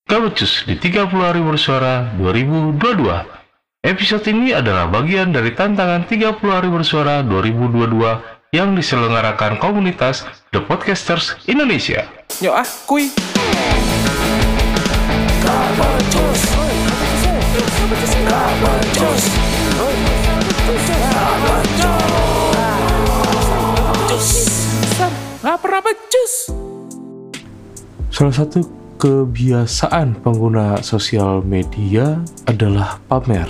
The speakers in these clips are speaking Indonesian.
Gabecus di 30 hari bersuara 2022. Episode ini adalah bagian dari tantangan 30 hari bersuara 2022 yang diselenggarakan komunitas The Podcasters Indonesia. Yuk kuy. Salah satu kebiasaan pengguna sosial media adalah pamer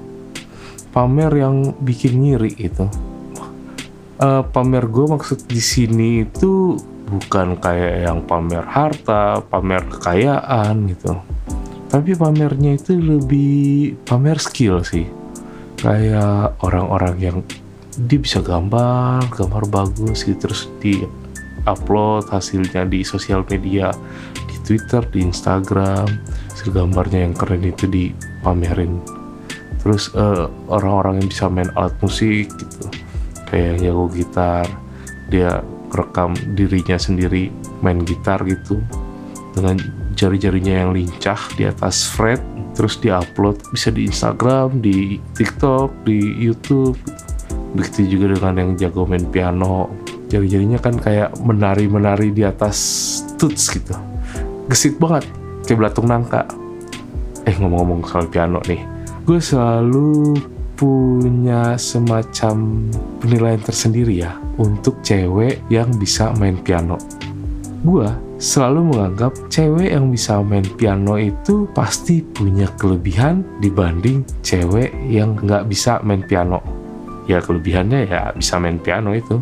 yang bikin ngiri itu. Pamer gue maksud di sini itu bukan kayak yang pamer harta, pamer kekayaan gitu. Tapi pamernya itu lebih pamer skill sih. Kayak orang-orang yang dia bisa gambar bagus gitu, terus di upload hasilnya di sosial media, di Twitter, di Instagram, hasil gambarnya yang keren itu dipamerin. Terus orang-orang yang bisa main alat musik gitu, kayak yang jago gitar, dia rekam dirinya sendiri main gitar gitu dengan jari-jarinya yang lincah di atas fret, terus diupload bisa di Instagram, di TikTok, di YouTube gitu. Begitu juga dengan yang jago main piano, jari-jarinya kan kayak menari-menari di atas tuts gitu, gesit banget kayak belatung nangka. Ngomong-ngomong soal piano nih, gue selalu punya semacam penilaian tersendiri ya untuk cewek yang bisa main piano. Gue selalu menganggap cewek yang bisa main piano itu pasti punya kelebihan dibanding cewek yang nggak bisa main piano. Ya kelebihannya ya bisa main piano itu.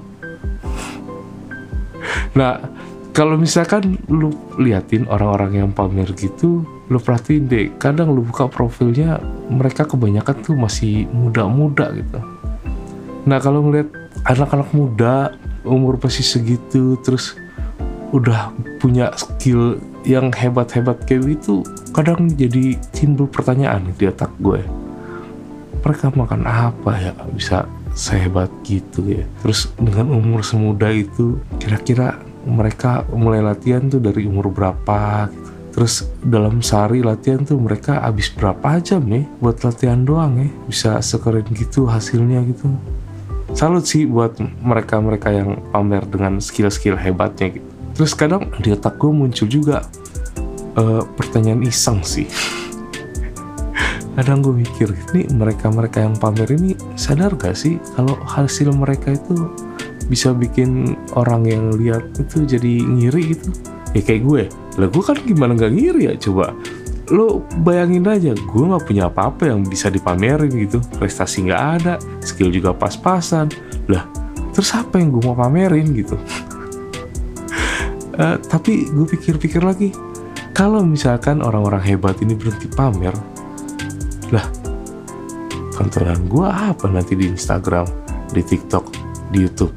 Nah, kalau misalkan lu liatin orang-orang yang pamer gitu, lu perhatiin deh, kadang lu buka profilnya mereka kebanyakan tuh masih muda-muda gitu. Nah, kalau ngeliat anak-anak muda umur masih segitu terus udah punya skill yang hebat-hebat kayak gitu, kadang jadi timbul pertanyaan di otak gue. Mereka makan apa ya bisa sehebat gitu ya? Terus dengan umur semuda itu, kira-kira mereka mulai latihan tuh dari umur berapa gitu. Terus dalam sehari latihan tuh mereka habis berapa jam nih buat latihan doang ya, bisa sekeren gitu hasilnya gitu. Salut sih buat mereka-mereka yang pamer dengan skill-skill hebatnya gitu. Terus kadang di otak gue muncul juga pertanyaan iseng sih. Kadang gue mikir, nih mereka-mereka yang pamer ini sadar gak sih kalau hasil mereka itu bisa bikin orang yang lihat itu jadi ngiri gitu? Ya kayak gue, lah gue kan gimana gak ngiri ya coba. Lo bayangin aja, gue gak punya apa-apa yang bisa dipamerin gitu, prestasi gak ada, skill juga pas-pasan. Lah, terus apa yang gue mau pamerin gitu? Tapi gue pikir-pikir lagi, kalau misalkan orang-orang hebat ini berhenti pamer, lah tontonan gue apa nanti di Instagram, di TikTok, di YouTube?